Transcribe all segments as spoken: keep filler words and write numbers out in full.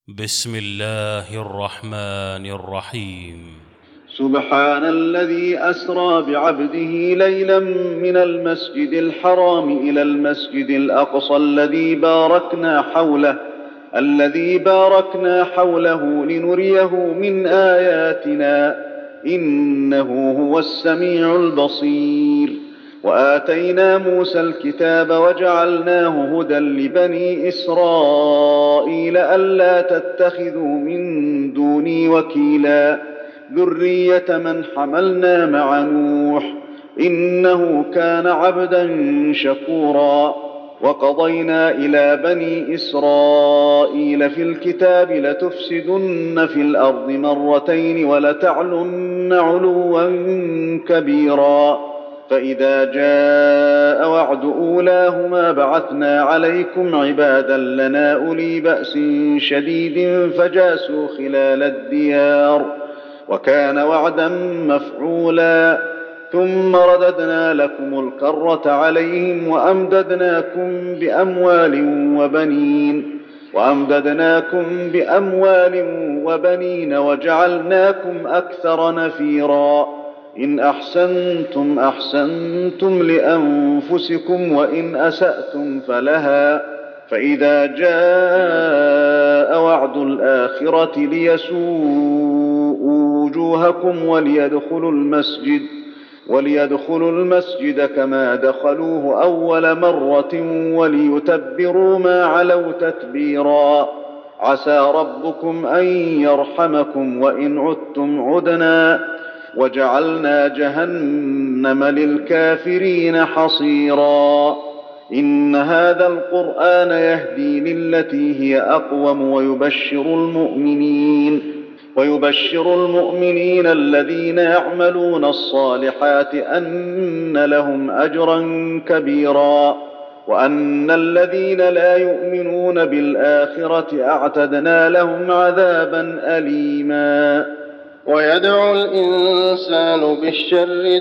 بسم الله الرحمن الرحيم. سبحان الذي أسرى بعبده ليلا من المسجد الحرام إلى المسجد الأقصى الذي باركنا حوله الذي باركنا حوله لنريه من آياتنا إنه هو السميع البصير. وآتينا موسى الكتاب وجعلناه هدى لبني إسرائيل ألا تتخذوا من دوني وكيلا ذرية من حملنا مع نوح إنه كان عبدا شكورا. وقضينا إلى بني إسرائيل في الكتاب لتفسدن في الأرض مرتين ولتعلن علوا كبيرا فإذا جاء وعد أولاهما بعثنا عليكم عبادا لنا أولي بأس شديد فجاسوا خلال الديار وكان وعدا مفعولا. ثم رددنا لكم الكرة عليهم وأمددناكم بأموال وبنين وأمددناكم بأموال وبنين وجعلناكم أكثر نفيرا. إن أحسنتم أحسنتم لأنفسكم وإن أسأتم فلها. فإذا جاء وعد الآخرة ليسوءوا وجوهكم وليدخلوا المسجد وليدخلوا المسجد كما دخلوه أول مرة وليتبروا ما علوا تتبيرا. عسى ربكم أن يرحمكم وإن عدتم عدنا وجعلنا جهنم للكافرين حصيرا. إن هذا القرآن يهدي للتي هي أقوم ويبشر المؤمنين ويبشر المؤمنين الذين يعملون الصالحات أن لهم أجرا كبيرا وأن الذين لا يؤمنون بالآخرة أعتدنا لهم عذابا أليما. ويدعو الإنسان بالشر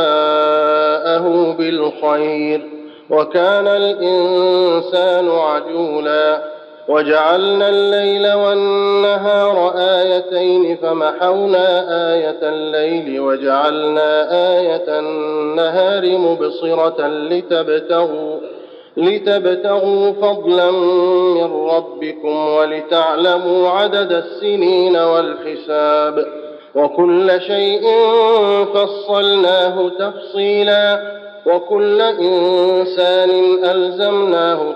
دعاءه بالخير وكان الإنسان عجولا. وجعلنا الليل والنهار آيتين فمحونا آية الليل وجعلنا آية النهار مبصرة لتبتغوا, لتبتغوا فضلا من ربكم ولتعلموا عدد السنين والحساب وكل شيء فصلناه تفصيلا. وكل إنسان ألزمناه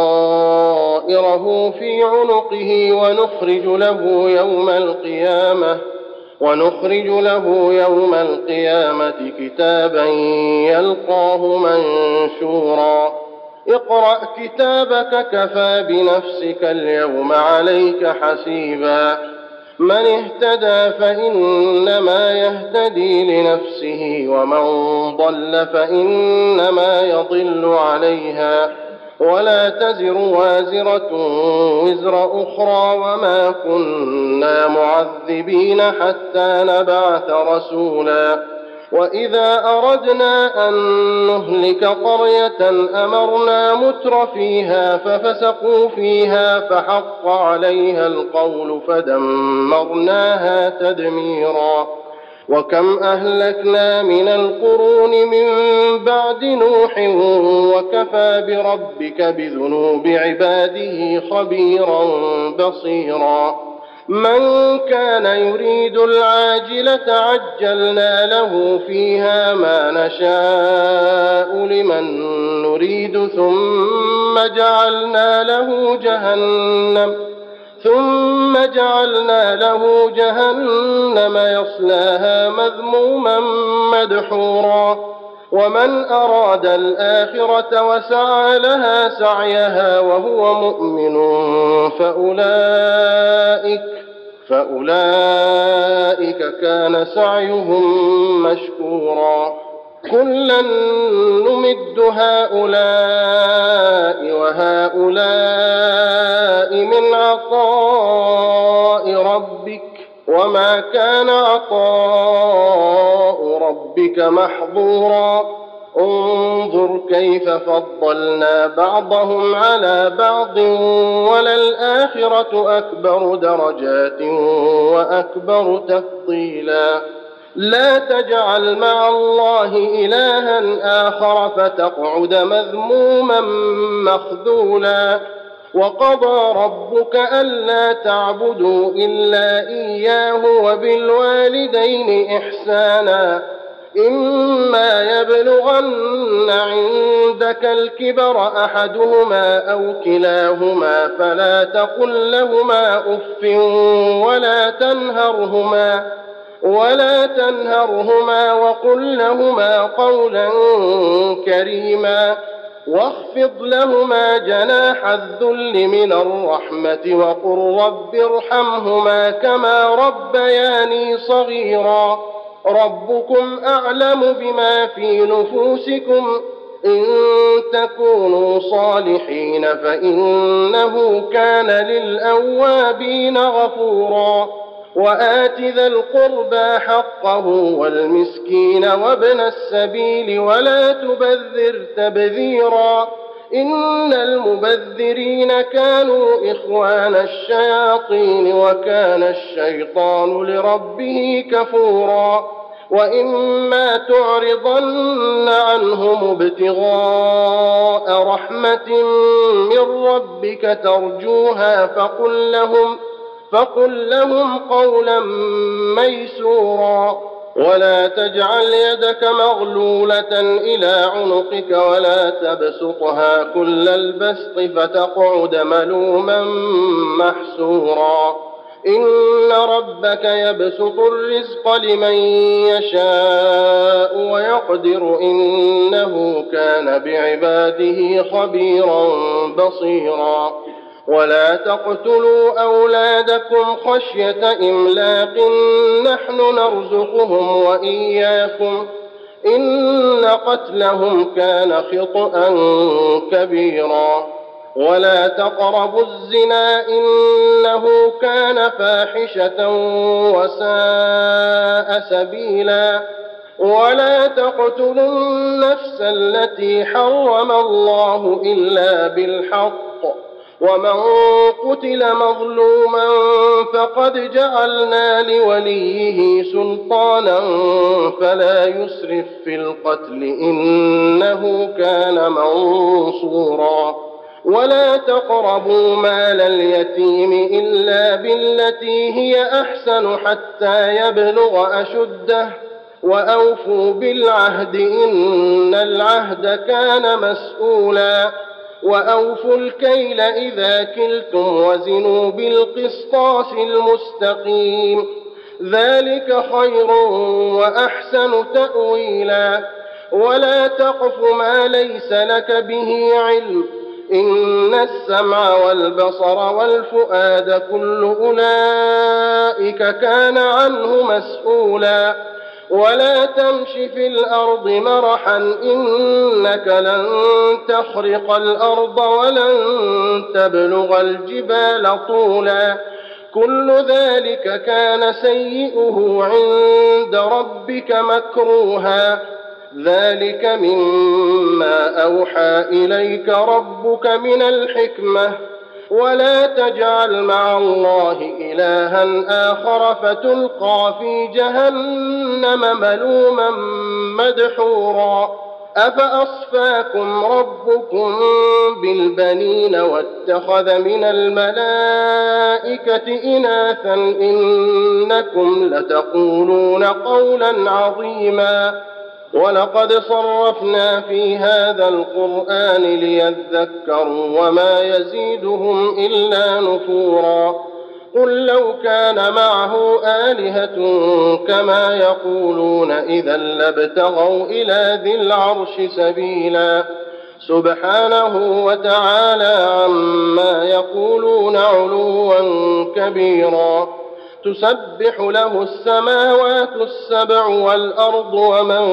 طائره في عنقه ونخرج له يوم القيامة ونخرج له يوم القيامة كتابا يلقاه منشورا. اقرأ كتابك كفى بنفسك اليوم عليك حسيبا. من اهتدى فإنما يهتدي لنفسه ومن ضل فإنما يضل عليها ولا تزر وازرة وزر أخرى وما كنا معذبين حتى نبعث رسولا. وإذا أردنا أن نهلك قرية أمرنا متر فيها ففسقوا فيها فحق عليها القول فدمرناها تدميرا. وكم أهلكنا من القرون من بعد نوح وكفى بربك بذنوب عباده خبيرا بصيرا. من كان يريد العاجلة عجلنا له فيها ما نشاء لمن نريد ثم جعلنا له جهنم ثم جعلنا له جهنم يصلاها مذموما مدحورا. ومن أراد الآخرة وسعى لها سعيها وهو مؤمن فأولئك, فأولئك كان سعيهم مشكورا. كلا نمد هؤلاء وهؤلاء من عطاء ربك وما كان عطاء ربك محظورا. انظر كيف فضلنا بعضهم على بعض وللآخرة أكبر درجات وأكبر تفضيلا لا تجعل مع الله إلها آخر فتقعد مذموما مخذولا وقضى ربك ألا تعبدوا إلا إياه وبالوالدين إحسانا إما يبلغن عندك الكبر أحدهما أو كلاهما فلا تقل لهما أف ولا تنهرهما ولا تنهرهما وقل لهما قولا كريما واخفض لهما جناح الذل من الرحمة وقل رب ارحمهما كما ربياني صغيرا ربكم أعلم بما في نفوسكم إن تكونوا صالحين فإنه كان للأوابين غفورا وآت ذا القربى حقه والمسكين وابن السبيل ولا تبذر تبذيرا إن المبذرين كانوا إخوان الشياطين وكان الشيطان لربه كفورا وإما تعرضن عنهم ابتغاء رحمة من ربك ترجوها فقل لهم فقل لهم قولا ميسورا ولا تجعل يدك مغلولة إلى عنقك ولا تبسطها كل البسط فتقعد ملوما محسورا إن ربك يبسط الرزق لمن يشاء ويقدر إنه كان بعباده خبيرا بصيرا ولا تقتلوا أولادكم خشية إملاق نحن نرزقهم وإياكم إن قتلهم كان خطأ كبيرا ولا تقربوا الزنا إنه كان فاحشة وساء سبيلا ولا تقتلوا النفس التي حرم الله إلا بالحق ومن قتل مظلوما فقد جعلنا لوليه سلطانا فلا يسرف في القتل إنه كان منصورا ولا تقربوا مال اليتيم إلا بالتي هي أحسن حتى يبلغ أشده وأوفوا بالعهد إن العهد كان مسؤولا وأوفوا الكيل إذا كلتم وزنوا بالقسطاس المستقيم ذلك خير وأحسن تأويلا ولا تقف ما ليس لك به علم إن السمع والبصر والفؤاد كل أولئك كان عنه مسؤولا ولا تمش في الأرض مرحا إنك لن تخرق الأرض ولن تبلغ الجبال طولا كل ذلك كان سيئه عند ربك مكروها ذلك مما أوحى إليك ربك من الحكمة ولا تجعل مع الله إلها آخر فتلقى في جهنم ملوما مدحورا أفأصفاكم ربكم بالبنين واتخذ من الملائكة إناثا إنكم لتقولون قولا عظيما ولقد صرفنا في هذا القرآن ليذكروا وما يزيدهم إلا نفورا قل لو كان معه آلهة كما يقولون إذا لابتغوا إلى ذي العرش سبيلا سبحانه وتعالى عما يقولون علوا كبيرا تسبح له السماوات السبع والأرض ومن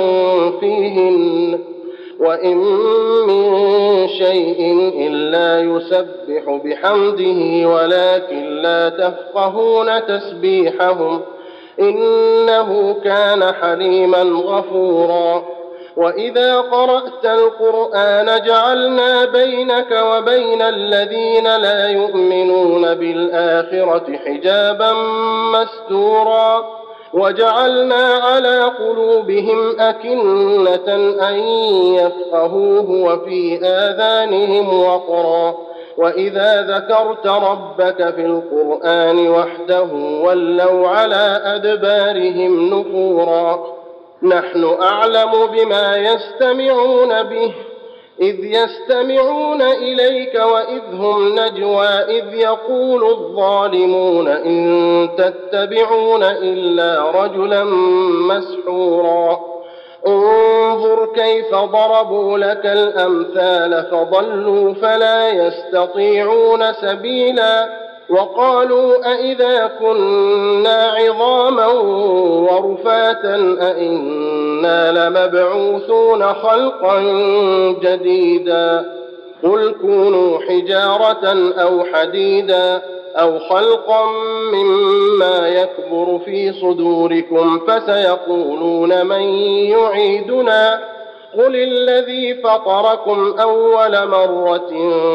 فيهن وإن من شيء إلا يسبح بحمده ولكن لا تفقهون تسبيحهم إنه كان حليما غفورا وإذا قرأت القرآن جعلنا بينك وبين الذين لا يؤمنون بالآخرة حجابا مستورا وجعلنا على قلوبهم أكنة أن يفقهوه وفي آذانهم وقرا وإذا ذكرت ربك في القرآن وحده ولوا على أدبارهم نفورا نحن أعلم بما يستمعون به إذ يستمعون إليك وإذ هم نجوى إذ يقول الظالمون إن تتبعون إلا رجلا مسحورا انظر كيف ضربوا لك الأمثال فضلوا فلا يستطيعون سبيلا وقالوا أئذا كنا عظاما ورفاتا أئنا لمبعوثون خلقا جديدا قل كونوا حجارة أو حديدا أو خلقا مما يكبر في صدوركم فسيقولون من يعيدنا قل الذي فطركم أول مرة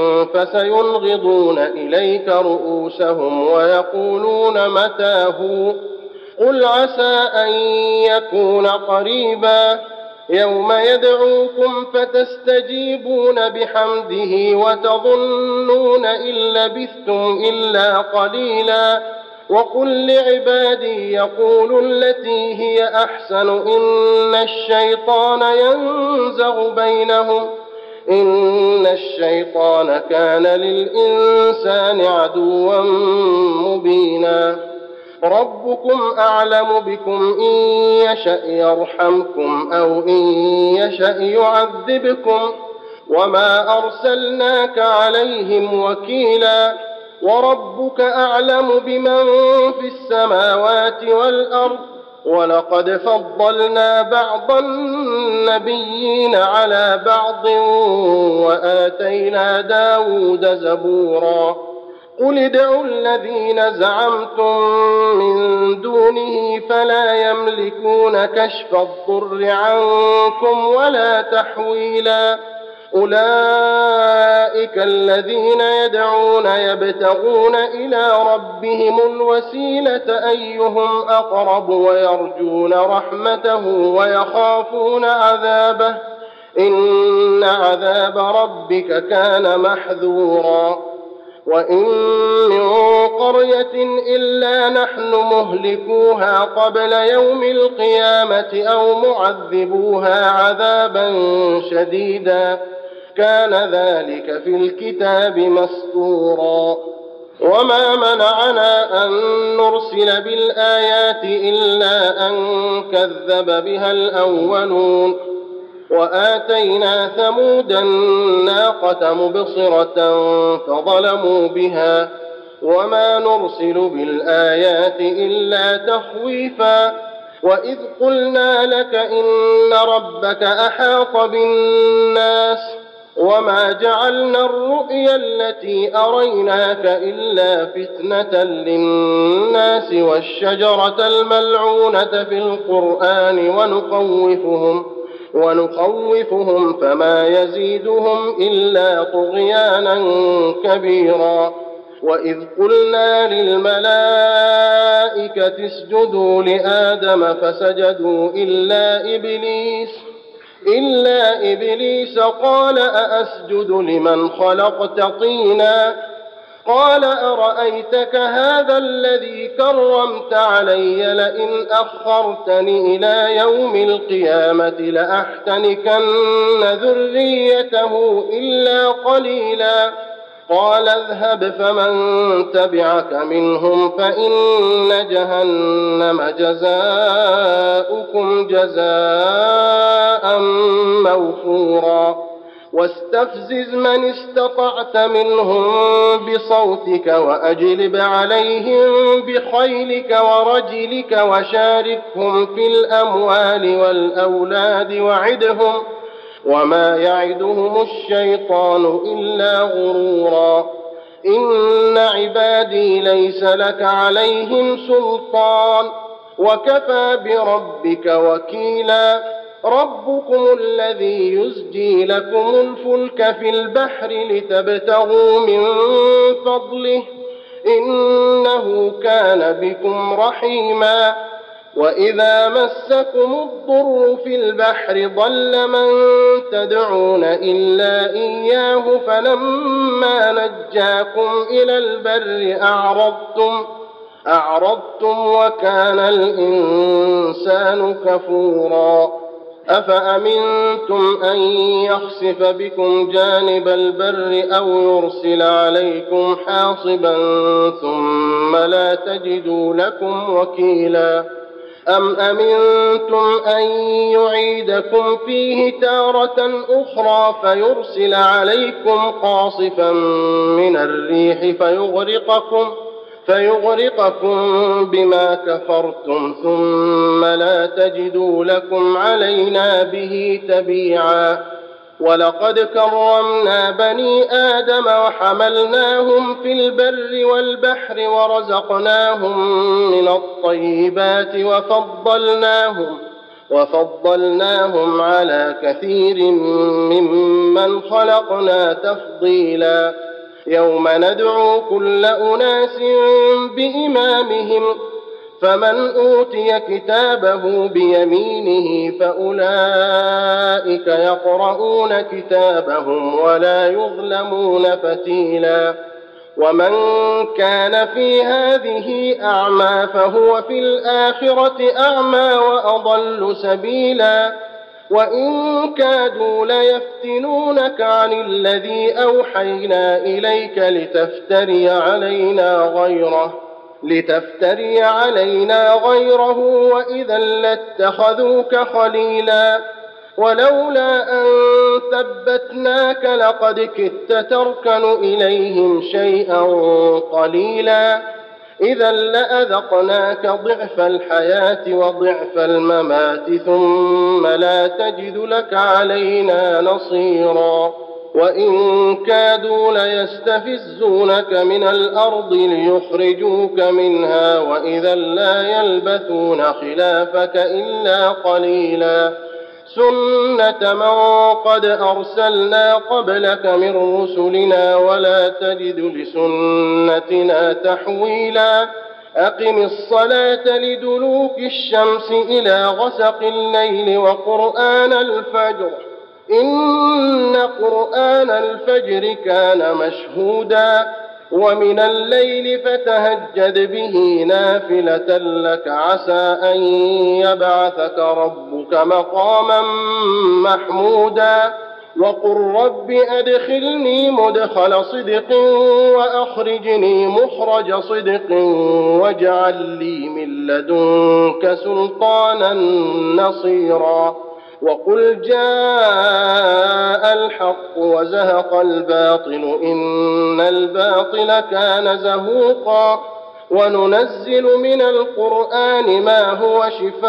فسينغضون إليك رؤوسهم ويقولون متى هو قل عسى أن يكون قريبا يوم يدعوكم فتستجيبون بحمده وتظنون إن لبثتم إلا قليلا وقل لعبادي يقولوا التي هي أحسن إن الشيطان ينزغ بينهم إن الشيطان كان للإنسان عدوا مبينا ربكم أعلم بكم إن يشأ يرحمكم أو إن يشأ يعذبكم وما أرسلناك عليهم وكيلا وربك أعلم بمن في السماوات والأرض ولقد فضلنا بعض النبيين على بعض وآتينا داود زبورا قل ادعوا الذين زعمتم من دونه فلا يملكون كشف الضر عنكم ولا تحويلا أولئك الذين يدعون يبتغون إلى ربهم الوسيلة أيهم أقرب ويرجون رحمته ويخافون عذابه إن عذاب ربك كان محذورا وإن من قرية إلا نحن مهلكوها قبل يوم القيامة أو معذبوها عذابا شديدا كان ذلك في الكتاب مسطورا وما منعنا أن نرسل بالآيات إلا أن كذب بها الأولون وآتينا ثمود الناقة مبصرة فظلموا بها وما نرسل بالآيات إلا تخويفا وإذ قلنا لك إن ربك أحاط بالناس وما جعلنا الرؤيا التي أريناك إلا فتنة للناس والشجرة الملعونة في القرآن ونخوفهم ونخوفهم فما يزيدهم إلا طغيانا كبيرا وإذ قلنا للملائكة اسجدوا لآدم فسجدوا إلا إبليس إلا إبليس قال أأسجد لمن خلقت طينا قال أرأيتك هذا الذي كرمت علي لئن أخرتني إلى يوم القيامة لأحتنكن ذريته إلا قليلا قال اذهب فمن تبعك منهم فإن جهنم جزاؤكم جزاء موفورا واستفزز من استطعت منهم بصوتك وأجلب عليهم بخيلك ورجلك وشاركهم في الأموال والأولاد وعدهم وما يعدهم الشيطان إلا غرورا إن عبادي ليس لك عليهم سلطان وكفى بربك وكيلا ربكم الذي يزجي لكم الفلك في البحر لتبتغوا من فضله إنه كان بكم رحيما وإذا مسكم الضر في البحر ضل من تدعون إلا إياه فلما نجاكم إلى البر أعرضتم أعرضتم وكان الإنسان كفورا أفأمنتم أن يخسف بكم جانب البر أو يرسل عليكم حاصبا ثم لا تجدوا لكم وكيلا أم أمنتم أن يعيدكم فيه تارة أخرى فيرسل عليكم قاصفا من الريح فيغرقكم فيغرقكم بما كفرتم ثم لا تجدوا لكم علينا به تبيعا ولقد كرمنا بني آدم وحملناهم في البر والبحر ورزقناهم من الطيبات وفضلناهم وفضلناهم على كثير ممن خلقنا تفضيلا يوم ندعو كل أناس بإمامهم فمن أوتي كتابه بيمينه فأولئك يقرؤون كتابهم ولا يظلمون فتيلا ومن كان في هذه أعمى فهو في الآخرة أعمى وأضل سبيلا وإن كادوا ليفتنونك عن الذي أوحينا إليك لتفتري علينا غيره لتفتري علينا غيره وإذا لاتخذوك خليلا ولولا أن ثبتناك لقد كدت تركن إليهم شيئا قليلا إذا لأذقناك ضعف الحياة وضعف الممات ثم لا تجد لك علينا نصيرا وإن كادوا ليستفزونك من الأرض ليخرجوك منها وإذا لا يلبثون خلافك إلا قليلا سنة من قد أرسلنا قبلك من رسلنا ولا تجد لسنتنا تحويلا أقم الصلاة لدلوك الشمس إلى غسق الليل وقرآن الفجر إن قرآن الفجر كان مشهودا ومن الليل فتهجد به نافلة لك عسى أن يبعثك ربك مقاما محمودا وقل رب أدخلني مدخل صدق وأخرجني مخرج صدق واجعل لي من لدنك سلطانا نصيرا وقل جاء الحق وزهق الباطل إن الباطل كان زهوقا وننزل من القرآن ما هو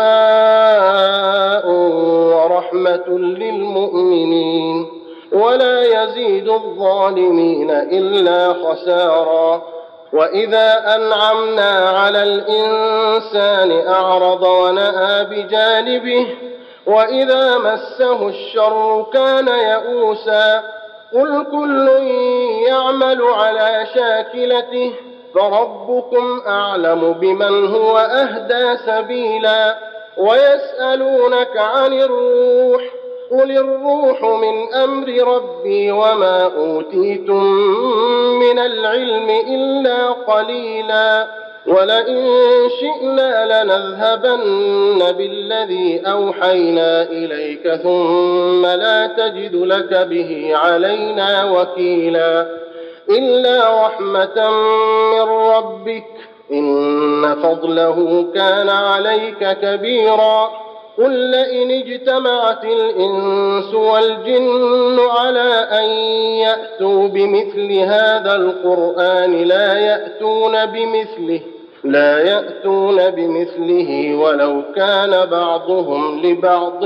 شفاء ورحمة للمؤمنين ولا يزيد الظالمين إلا خسارا وإذا أنعمنا على الإنسان أعرض ونأى بجانبه وإذا مسه الشر كان يئوسا قل كل يعمل على شاكلته فربكم أعلم بمن هو أهدى سبيلا ويسألونك عن الروح قل الروح من أمر ربي وما أوتيتم من العلم إلا قليلا ولئن شئنا لنذهبن بالذي أوحينا إليك ثم لا تجد لك به علينا وكيلا إلا رحمة من ربك إن فضله كان عليك كبيرا قل لئن اجتمعت الإنس والجن على أن يأتوا بمثل هذا القرآن لا يأتون بمثله لا يأتون بمثله ولو كان بعضهم لبعض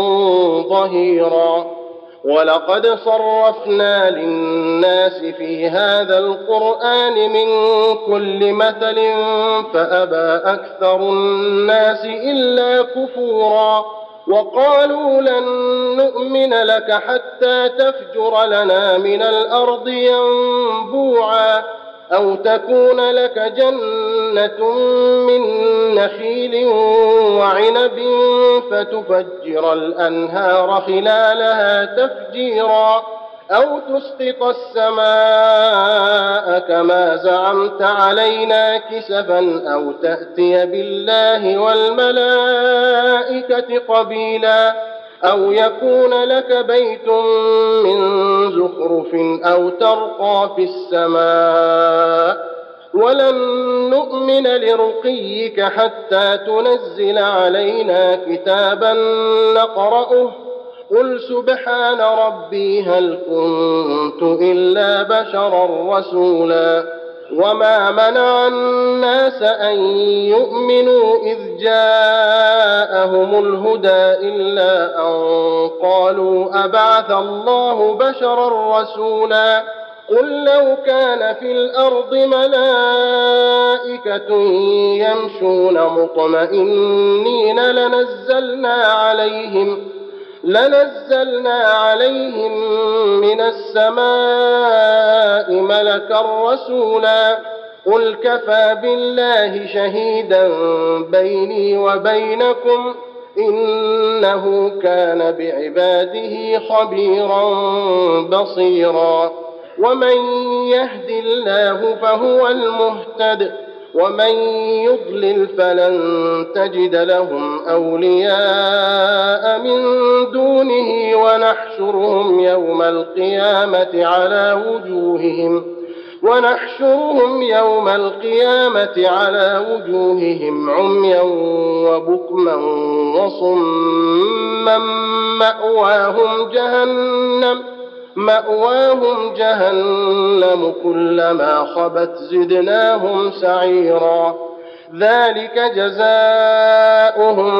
ظهيرا ولقد صرفنا للناس في هذا القرآن من كل مثل فأبى أكثر الناس إلا كفورا وقالوا لن نؤمن لك حتى تفجر لنا من الأرض ينبوعا أو تكون لك جنة من نخيل وعنب فتفجر الأنهار خلالها تفجيرا أو تسقط السماء كما زعمت علينا كسفا أو تأتي بالله والملائكة قبيلا أو يكون لك بيت من زخرف أو ترقى في السماء ولن نؤمن لرقيك حتى تنزل علينا كتابا نقرأه قل سبحان ربي هل كنت إلا بشرا رسولا وما منع الناس أن يؤمنوا إذ جاءهم الهدى إلا أن قالوا أبعث الله بشرا رسولا قل لو كان في الأرض ملائكة يمشون مطمئنين لنزلنا عليهم لنزلنا عليهم من السماء ملكا رسولا قل كفى بالله شهيدا بيني وبينكم إنه كان بعباده خبيرا بصيرا ومن يهد الله فهو المهتد ومن يضلل فلن تجد لهم أولياء من دونه ونحشرهم يوم القيامة على وجوههم ونحشرهم يوم القيامة على وجوههم عميا وبكما وصما مأواهم جهنم مأواهم جهنم كلما خبت زدناهم سعيرا ذلك جزاؤهم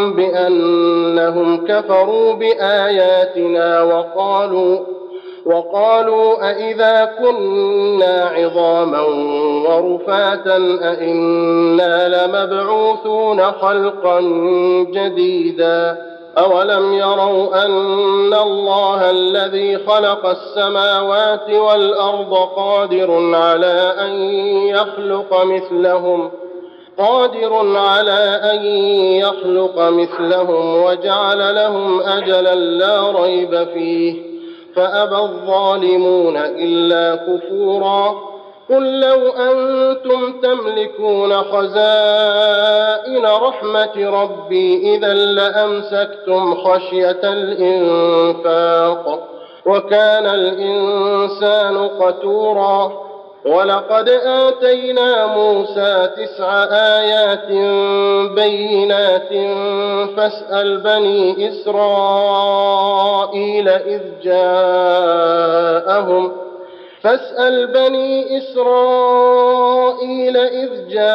بأنهم كفروا بآياتنا وقالوا وقالوا أإذا كنا عظاما ورفاتا أإنا لمبعوثون خلقا جديدا أولم يروا أن الله الذي خلق السماوات والأرض قادر على أن يخلق مثلهم قادر على أن يخلق مثلهم وجعل لهم أجلا لا ريب فيه فأبى الظالمون إلا كفورا قل لو أنتم تملكون خزائن رحمة ربي إذا لأمسكتم خشية الإنفاق وكان الإنسان قتورا ولقد آتينا موسى تسع آيات بينات فاسأل بني إسرائيل إذ جاءهم فاسأل بني إسرائيل إذ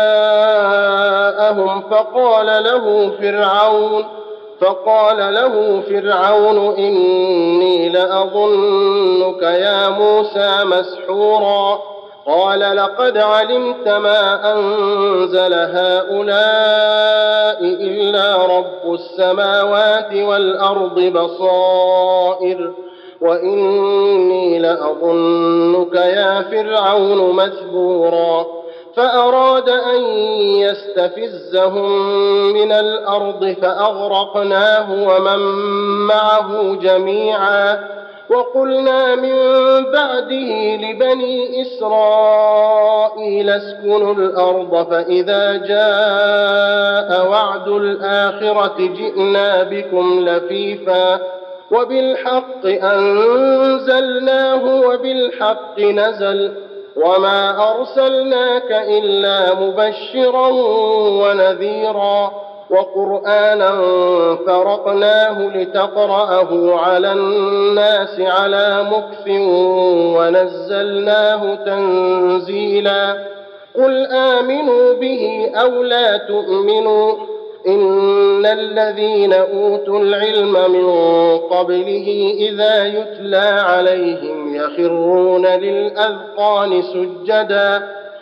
جاءهم فقال له فرعون فقال له فرعون إني لأظنك يا موسى مسحورا قال لقد علمت ما أنزل هؤلاء إلا رب السماوات والأرض بصائر وإني لأظنك يا فرعون مثبورا فأراد أن يستفزهم من الأرض فأغرقناه ومن معه جميعا وقلنا من بعده لبني إسرائيل اسكنوا الأرض فإذا جاء وعد الآخرة جئنا بكم لفيفا وبالحق أنزلناه وبالحق نزل وما أرسلناك إلا مبشرا ونذيرا وقرآنا فرقناه لتقرأه على الناس على مكث ونزلناه تنزيلا قل آمنوا به أو لا تؤمنوا إن الذين أوتوا العلم من قبله إذا يتلى عليهم يخرون للأذقان سجدا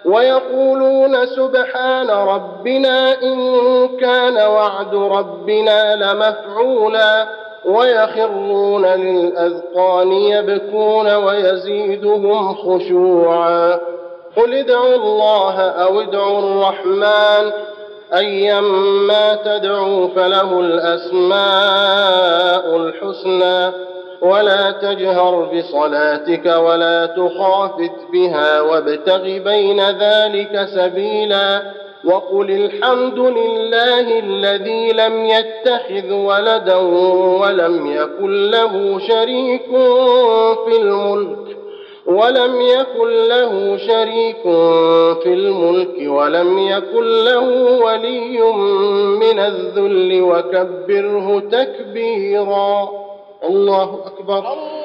ويقولون سبحان ربنا إن كان وعد ربنا لمفعولا ويخرون للأذقان يبكون ويزيدهم خشوعا قل ادعوا الله أو ادعوا الرحمن أيما تدعوا فله الأسماء الحسنى ولا تجهر بصلاتك ولا تخافت بها وابتغ بين ذلك سبيلا وقل الحمد لله الذي لم يتخذ ولدا ولم يكن له شريك في الملك ولم يكن له شريك في الملك ولم يكن له ولي من الذل وكبره تكبيرا الله أكبر.